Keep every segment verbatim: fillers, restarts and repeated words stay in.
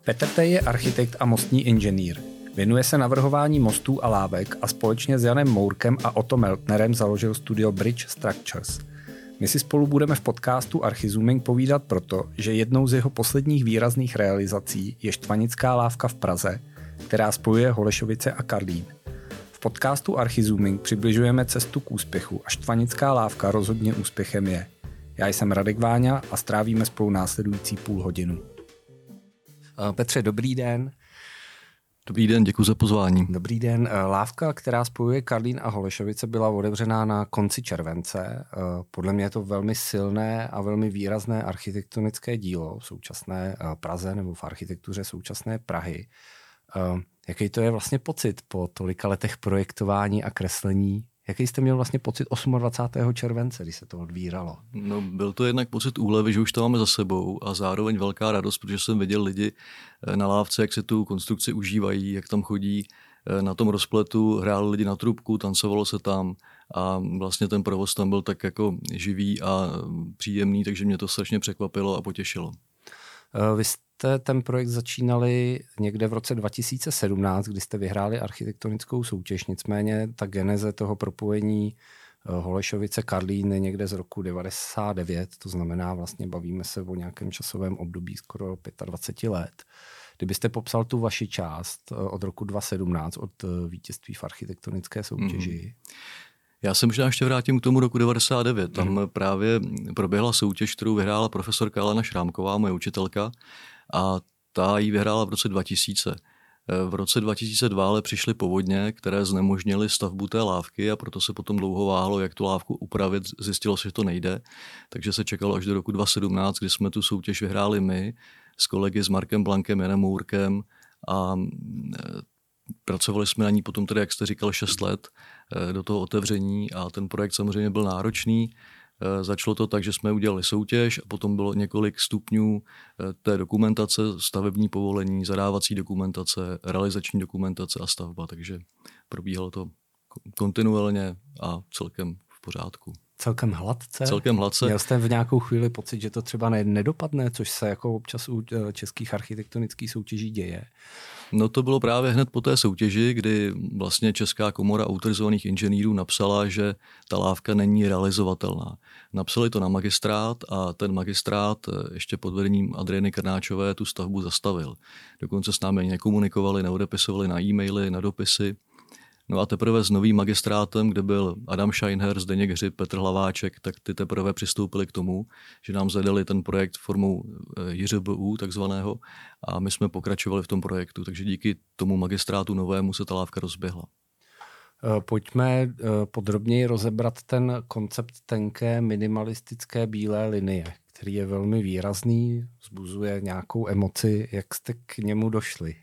Petr Tej je architekt a mostní inženýr. Věnuje se navrhování mostů a lávek a společně s Janem Mourkem a Otto Meltnerem založil studio Bridge Structures. My si spolu budeme v podcastu Archizooming povídat proto, že jednou z jeho posledních výrazných realizací je štvanická lávka v Praze, která spojuje Holešovice a Karlín. V podcastu Archizooming přibližujeme cestu k úspěchu a štvanická lávka rozhodně úspěchem je. Já jsem Radek Váňa a strávíme spolu následující půl hodinu. Petře, dobrý den. Dobrý den, děkuji za pozvání. Dobrý den. Lávka, která spojuje Karlín a Holešovice, byla otevřená na konci července. Podle mě je to velmi silné a velmi výrazné architektonické dílo v současné Praze nebo v architektuře současné Prahy. Jaký to je vlastně pocit po tolika letech projektování a kreslení? Jaký jste měl vlastně pocit dvacátého osmého července, když se to odvíralo? No, byl to jednak pocit úlevy, že už to máme za sebou a zároveň velká radost, protože jsem viděl lidi na lávce, jak se tu konstrukci užívají, jak tam chodí na tom rozpletu, hráli lidi na trubku, tancovalo se tam a vlastně ten provoz tam byl tak jako živý a příjemný, takže mě to strašně překvapilo a potěšilo. Vy jste ten projekt začínali někde v roce dva tisíce sedmnáct, kdy jste vyhráli architektonickou soutěž, nicméně ta geneze toho propojení Holešovice Karlín je někde z roku devadesát devět, to znamená vlastně bavíme se o nějakém časovém období skoro dvacet pět let. Kdybyste popsal tu vaši část od roku dva tisíce sedmnáct, od vítězství v architektonické soutěži. Mm. Já se možná ještě vrátím k tomu roku devadesát devět. Tam mm. právě proběhla soutěž, kterou vyhrála profesorka Alena Šrámková, moje učitelka, a ta ji vyhrála v roce dva tisíce. V roce dva tisíce dva ale přišly povodně, které znemožnily stavbu té lávky a proto se potom dlouho váhalo, jak tu lávku upravit. Zjistilo se, že to nejde, takže se čekalo až do roku dva tisíce sedmnáct, kdy jsme tu soutěž vyhráli my s kolegy s Markem Blankem, Janem Mourkem a pracovali jsme na ní potom tedy, jak jste říkal, šest let do toho otevření a ten projekt samozřejmě byl náročný. Začalo to tak, že jsme udělali soutěž a potom bylo několik stupňů té dokumentace, stavební povolení, zadávací dokumentace, realizační dokumentace a stavba, takže probíhalo to kontinuálně a celkem v pořádku. Celkem hladce? Celkem hladce. Měl jste v nějakou chvíli pocit, že to třeba nedopadne, což se jako občas u českých architektonických soutěží děje? No to bylo právě hned po té soutěži, kdy vlastně Česká komora autorizovaných inženýrů napsala, že ta lávka není realizovatelná. Napsali to na magistrát a ten magistrát ještě pod vedením Adriany Krnáčové tu stavbu zastavil. Dokonce s námi ani nekomunikovali, neodepisovali na e-maily, na dopisy. No a teprve s novým magistrátem, kde byl Adam Scheinher, Zdeněk Hřib, Petr Hlaváček, tak ty teprve přistoupili k tomu, že nám zadali ten projekt formou J R B U takzvaného a my jsme pokračovali v tom projektu, takže díky tomu magistrátu novému se ta lávka rozběhla. Pojďme podrobněji rozebrat ten koncept tenké minimalistické bílé linie, který je velmi výrazný, vzbuzuje nějakou emoci. Jak jste k němu došli?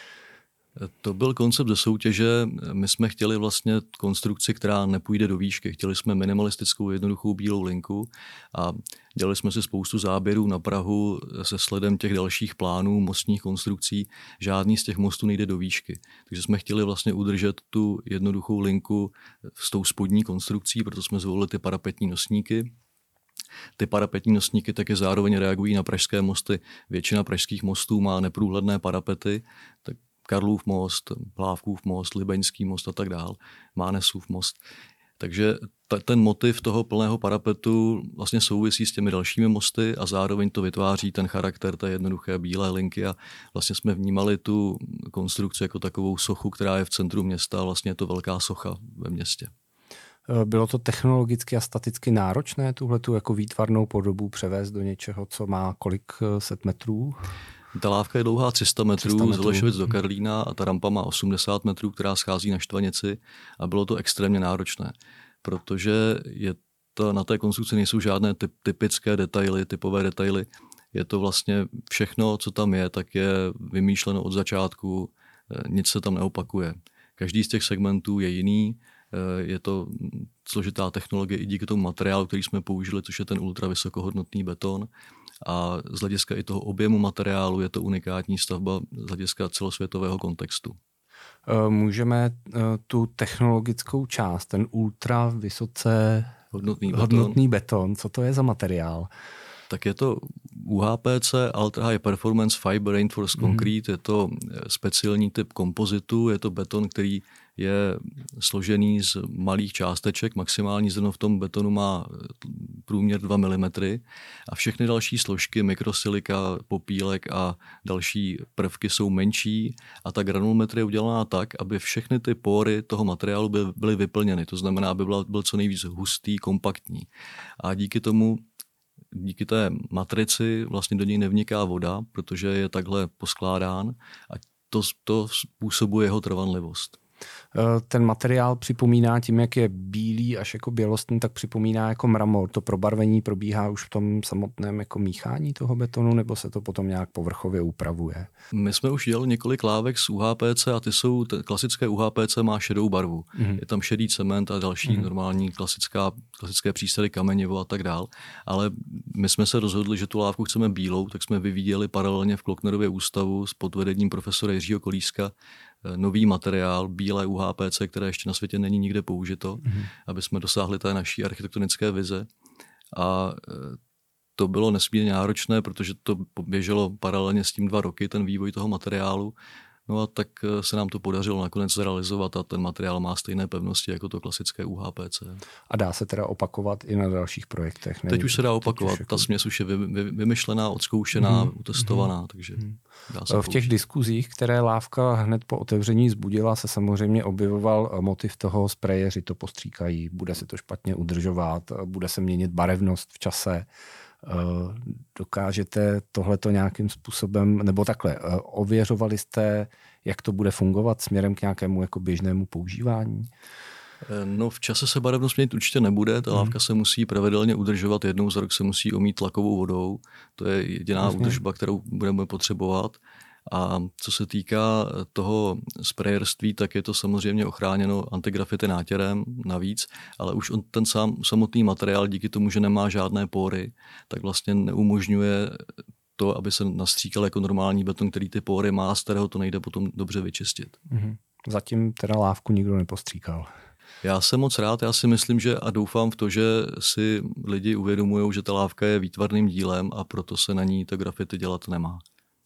To byl koncept ze soutěže. My jsme chtěli vlastně konstrukci, která nepůjde do výšky. Chtěli jsme minimalistickou jednoduchou bílou linku a dělali jsme si spoustu záběrů na Prahu se sledem těch dalších plánů mostních konstrukcí. Žádný z těch mostů nejde do výšky. Takže jsme chtěli vlastně udržet tu jednoduchou linku s tou spodní konstrukcí, proto jsme zvolili ty parapetní nosníky. Ty parapetní nosníky taky zároveň reagují na pražské mosty. Většina pražských mostů má neprůhledné parapety, tak Karlův most, Hlávkův most, Libeňský most a tak dál, Mánesův most. Takže ta, ten motiv toho plného parapetu vlastně souvisí s těmi dalšími mosty a zároveň to vytváří ten charakter té jednoduché bílé linky a vlastně jsme vnímali tu konstrukci jako takovou sochu, která je v centru města a vlastně je to velká socha ve městě. Bylo to technologicky a staticky náročné tuhletu jako výtvarnou podobu převést do něčeho, co má kolik set metrů? Ta lávka je dlouhá tři sta metrů z Holešovic do Karlína a ta rampa má osmdesát metrů, která schází na Štvanici a bylo to extrémně náročné, protože je to, na té konstrukci nejsou žádné typ, typické detaily, typové detaily. Je to vlastně všechno, co tam je, tak je vymýšleno od začátku, nic se tam neopakuje. Každý z těch segmentů je jiný, je to složitá technologie i díky tomu materiálu, který jsme použili, což je ten ultravysokohodnotný beton. A z hlediska i toho objemu materiálu je to unikátní stavba z hlediska celosvětového kontextu. Můžeme tu technologickou část, ten ultra vysoce hodnotný beton, hodnotný beton, co to je za materiál? Tak je to U H P C, Ultra High Performance Fiber Reinforced Concrete, mm. je to speciální typ kompozitu, je to beton, který je složený z malých částeček, maximální zrno v tom betonu má průměr dva milimetry a všechny další složky, mikrosilika, popílek a další prvky jsou menší a ta granulometrie je udělaná tak, aby všechny ty pory toho materiálu byly, byly vyplněny, to znamená, aby byl, byl co nejvíc hustý, kompaktní. A díky tomu díky té matrici vlastně do něj nevniká voda, protože je takhle poskládán a to, to způsobuje jeho trvanlivost. Ten materiál připomíná tím, jak je bílý až jako bělostný, tak připomíná jako mramor. To probarvení probíhá už v tom samotném jako míchání toho betonu, nebo se to potom nějak povrchově upravuje? My jsme už dělali několik lávek z U H P C a ty jsou, klasické U H P C má šedou barvu. Mm-hmm. Je tam šedý cement a další mm-hmm. normální klasická, klasické přísady kamenivo a tak dál. Ale my jsme se rozhodli, že tu lávku chceme bílou, tak jsme vyvíjeli paralelně v Klocknerově ústavu s pod vedením profesora Jiřího Kolíska nový materiál, bílé U H P C, které ještě na světě není nikde použito, mm-hmm. aby jsme dosáhli té naší architektonické vize. A to bylo nesmírně náročné, protože to běželo paralelně s tím dva roky, ten vývoj toho materiálu. No a tak se nám to podařilo nakonec zrealizovat a ten materiál má stejné pevnosti jako to klasické U H P C. A dá se teda opakovat i na dalších projektech? Teď už se dá opakovat. Ta směs už je vy, vy, vymyšlená, odzkoušená, hmm. utestovaná, hmm. takže dá se v těch použít. Diskuzích, které Lávka hned po otevření zbudila, se samozřejmě objevoval motiv toho sprejeři to postříkají, bude se to špatně udržovat, bude se měnit barevnost v čase. Dokážete tohleto nějakým způsobem, nebo takhle, ověřovali jste, jak to bude fungovat směrem k nějakému jako běžnému používání? No v čase se barevnost měnit určitě nebude, ta lávka se musí pravidelně udržovat, jednou za rok se musí omít tlakovou vodou, to je jediná vlastně. údržba, kterou budeme potřebovat. A co se týká toho sprayerství, tak je to samozřejmě ochráněno antigrafity nátěrem navíc, ale už on, ten sám, samotný materiál díky tomu, že nemá žádné pory, tak vlastně neumožňuje to, aby se nastříkal jako normální beton, který ty pory má, z kterého to nejde potom dobře vyčistit. Mm-hmm. Zatím teda lávku nikdo nepostříkal. Já jsem moc rád, já si myslím, že a doufám v to, že si lidi uvědomují, že ta lávka je výtvarným dílem a proto se na ní to grafity dělat nemá.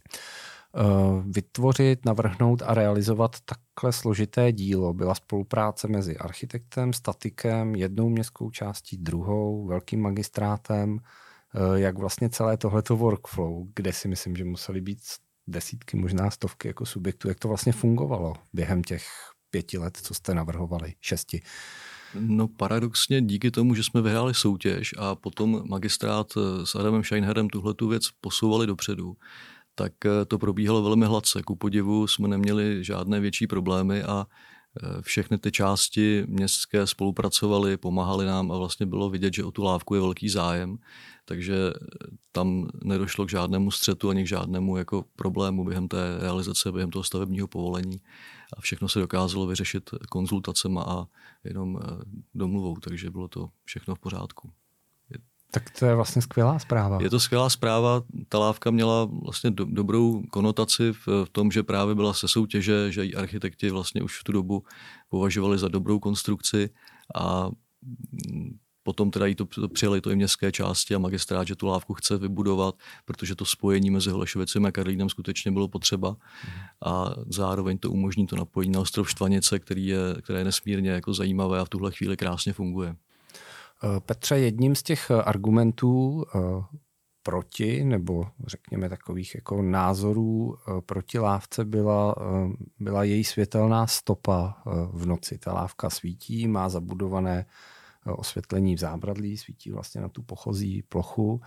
Vytvořit, navrhnout a realizovat takhle složité dílo byla spolupráce mezi architektem, statikem, jednou městskou částí, druhou, velkým magistrátem, jak vlastně celé tohleto workflow, kde si myslím, že museli být desítky, možná stovky jako subjektů, jak to vlastně fungovalo během těch pěti let, co jste navrhovali, šesti. No paradoxně díky tomu, že jsme vyhráli soutěž a potom magistrát s Adamem Scheinherem tuhletu věc posouvali dopředu, tak to probíhalo velmi hladce. Ku podivu jsme neměli žádné větší problémy a všechny ty části městské spolupracovaly, pomáhali nám a vlastně bylo vidět, že o tu lávku je velký zájem, takže tam nedošlo k žádnému střetu ani k žádnému jako problému během té realizace, během toho stavebního povolení a všechno se dokázalo vyřešit konzultacema a jenom domluvou, takže bylo to všechno v pořádku. Tak to je vlastně skvělá zpráva. Je to skvělá zpráva. Ta lávka měla vlastně do, dobrou konotaci v, v tom, že právě byla se soutěže, že ji architekti vlastně už v tu dobu považovali za dobrou konstrukci a potom teda jí to, to přijali to i městské části a magistrát, že tu lávku chce vybudovat, protože to spojení mezi Holešovicem a Karlínem skutečně bylo potřeba a zároveň to umožní to napojení na ostrov Štvanice, který je, které je nesmírně jako zajímavé a v tuhle chvíli krásně funguje. Petře, jedním z těch argumentů proti, nebo řekněme takových jako názorů proti lávce byla, byla její světelná stopa v noci. Ta lávka svítí, má zabudované osvětlení v zábradlí, svítí vlastně na tu pochozí plochu.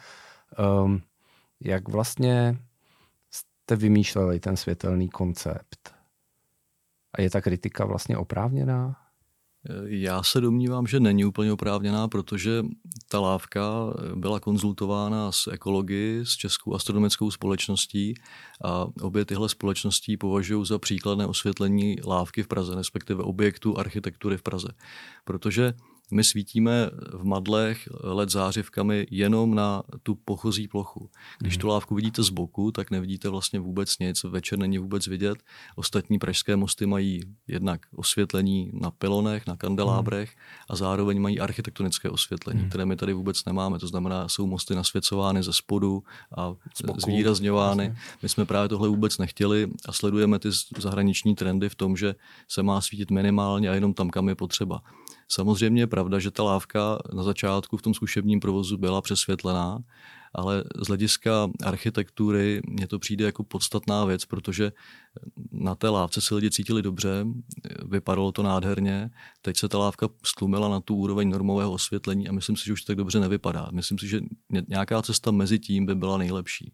Jak vlastně jste vymýšleli ten světelný koncept? A je ta kritika vlastně oprávněná? Já se domnívám, že není úplně oprávněná, protože ta lávka byla konzultována s ekology, s Českou astronomickou společností a obě tyhle společnosti považují za příkladné osvětlení lávky v Praze, respektive objektu architektury v Praze. Protože My svítíme v madlech el é dé zářivkami jenom na tu pochozí plochu. Když tu lávku vidíte z boku, tak nevidíte vlastně vůbec nic. Večer není vůbec vidět. Ostatní pražské mosty mají jednak osvětlení na pylonech, na kandelábrech a zároveň mají architektonické osvětlení, které my tady vůbec nemáme. To znamená, jsou mosty nasvěcovány ze spodu a zvýrazňovány. My jsme právě tohle vůbec nechtěli a sledujeme ty zahraniční trendy v tom, že se má svítit minimálně a jenom tam, kam je potřeba. Samozřejmě je pravda, že ta lávka na začátku v tom zkušebním provozu byla přesvětlená, ale z hlediska architektury mně to přijde jako podstatná věc, protože na té lávce se lidi cítili dobře, vypadalo to nádherně, teď se ta lávka stlumila na tu úroveň normového osvětlení a myslím si, že už tak dobře nevypadá. Myslím si, že nějaká cesta mezi tím by byla nejlepší.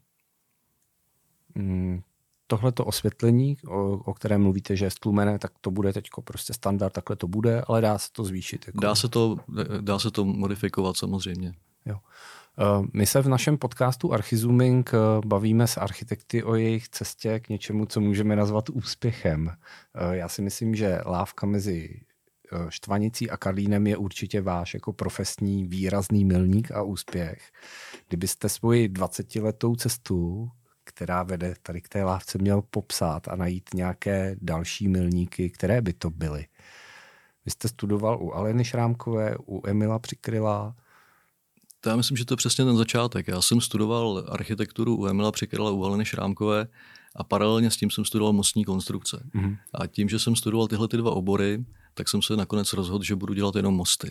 Hmm. Tohleto osvětlení, o, o kterém mluvíte, že je stlumené, tak to bude teď prostě standard, takhle to bude, ale dá se to zvýšit. Jako... Dá se to, dá se to modifikovat samozřejmě. Jo. My se v našem podcastu Archizooming bavíme s architekty o jejich cestě k něčemu, co můžeme nazvat úspěchem. Já si myslím, že lávka mezi Štvanicí a Karlínem je určitě váš jako profesní výrazný milník a úspěch. Kdybyste svoji dvacetiletou cestu, která vede tady k té lávce, měl popsat a najít nějaké další milníky, které by to byly. Vy jste studoval u Aleny Šrámkové, u Emila Přikryla. To já myslím, že to je přesně ten začátek. Já jsem studoval architekturu u Emila Přikryla, u Aleny Šrámkové a paralelně s tím jsem studoval mostní konstrukce. Mm-hmm. A tím, že jsem studoval tyhle ty dva obory, tak jsem se nakonec rozhodl, že budu dělat jenom mosty.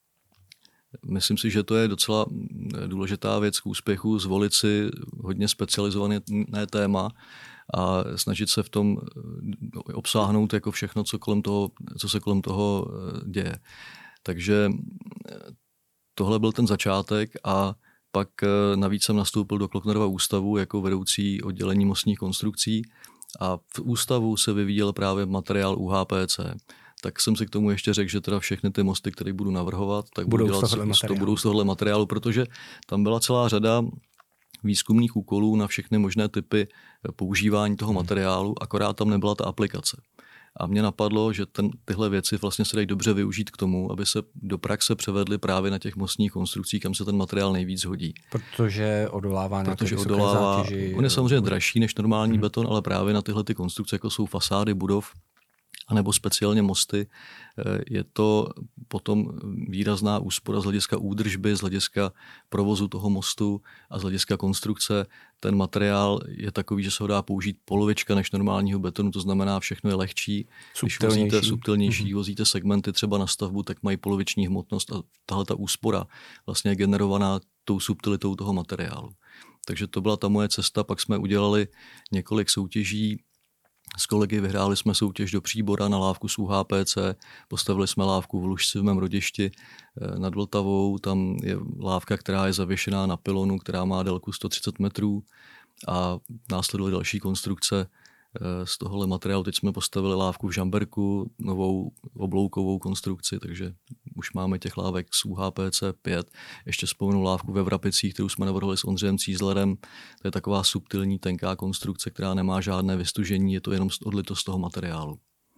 Myslím si, že to je docela důležitá věc k úspěchu, zvolit si hodně specializované téma a snažit se v tom obsáhnout jako všechno, co, kolem toho, co se kolem toho děje. Takže tohle byl ten začátek a pak navíc jsem nastoupil do Klocknerova ústavu jako vedoucí oddělení mostních konstrukcí a v ústavu se vyvíjel právě materiál U H P C. Tak jsem si k tomu ještě řekl, že teda všechny ty mosty, které budu navrhovat, tak budou, budu dělat, to budou z tohohle materiálu, protože tam byla celá řada výzkumných úkolů na všechny možné typy používání toho materiálu, akorát tam nebyla ta aplikace. A mě napadlo, že ten, tyhle věci vlastně se dají dobře využít k tomu, aby se do praxe převedly právě na těch mostních konstrukcích, kam se ten materiál nejvíc hodí. Protože odolává nějaké Protože vysoké odolává, zátěži. On je samozřejmě dražší než normální hmm. beton, ale právě na tyhle ty konstrukce, jako jsou fasády budov, anebo speciálně mosty, je to potom výrazná úspora z hlediska údržby, z hlediska provozu toho mostu a z hlediska konstrukce. Ten materiál je takový, že se ho dá použít polovička než normálního betonu, to znamená, všechno je lehčí. Když vozíte subtilnější, mm-hmm. vozíte segmenty třeba na stavbu, tak mají poloviční hmotnost a tahle ta úspora vlastně je generovaná tou subtilitou toho materiálu. Takže to byla ta moje cesta, pak jsme udělali několik soutěží. S kolegy vyhráli jsme soutěž do Příbora na lávku z U H P C, postavili jsme lávku v Lužci v mém rodišti nad Vltavou, tam je lávka, která je zavěšená na pylonu, která má délku sto třicet metrů a následují další konstrukce z tohohle materiálu. Teď jsme postavili lávku v Žamberku, novou obloukovou konstrukci, takže už máme těch lávek z U H P C pět. Ještě vzpomenu lávku ve Vrapicích, kterou jsme navrhli s Ondřejem Cízlerem. To je taková subtilní, tenká konstrukce, která nemá žádné vystužení, je to jenom odlito z toho materiálu.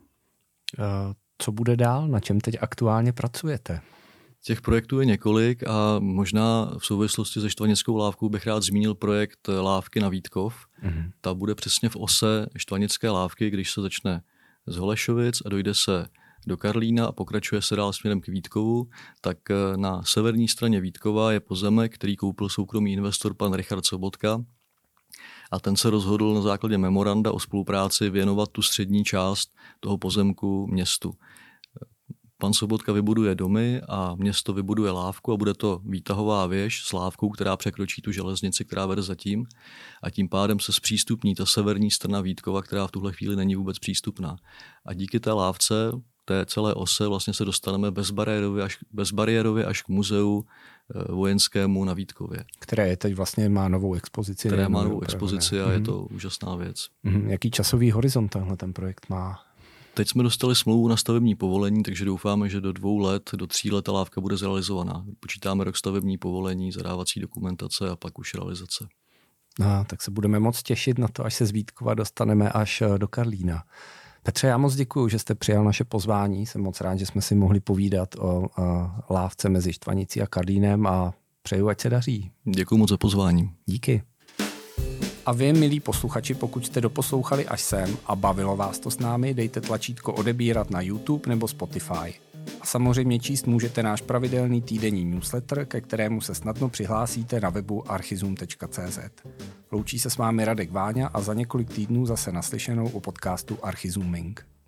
Co bude dál? Na čem teď aktuálně pracujete? Těch projektů je několik a možná v souvislosti se Štvanickou lávkou bych rád zmínil projekt lávky na Vítkov. Mm-hmm. Ta bude přesně v ose Štvanické lávky, když se začne z Holešovic a dojde se do Karlína a pokračuje se dál směrem k Vítkovu, tak na severní straně Vítkova je pozemek, který koupil soukromý investor pan Richard Sobotka a ten se rozhodl na základě memoranda o spolupráci věnovat tu střední část toho pozemku městu. Pan Sobotka vybuduje domy a město vybuduje lávku a bude to výtahová věž s lávkou, která překročí tu železnici, která vede zatím a tím pádem se zpřístupní ta severní strana Vítkova, která v tuhle chvíli není vůbec přístupná. A díky té lávce, té celé ose vlastně se dostaneme bezbariérově až, bezbariérově až k muzeu vojenskému na Vítkově. Které je teď vlastně má novou expozici. Které má novou expozici a mm-hmm. je to úžasná věc. Mm-hmm. Jaký časový horizont tenhle ten projekt má? Teď jsme dostali smlouvu na stavební povolení, takže doufáme, že do dvou let, do tří let ta lávka bude zrealizovaná. Počítáme rok stavební povolení, zadávací dokumentace a pak už realizace. No, tak se budeme moc těšit na to, až se z Vítkova dostaneme až do Karlína. Petře, já moc děkuju, že jste přijal naše pozvání. Jsem moc rád, že jsme si mohli povídat o, o lávce mezi Štvanicí a Karlínem a přeju, ať se daří. Děkuju moc za pozvání. Díky. A vy, milí posluchači, pokud jste doposlouchali až sem a bavilo vás to s námi, dejte tlačítko odebírat na YouTube nebo Spotify. A samozřejmě číst můžete náš pravidelný týdenní newsletter, ke kterému se snadno přihlásíte na webu archizum tečka cé zet. Loučí se s vámi Radek Váňa a za několik týdnů zase naslyšenou u podcastu Archizuming.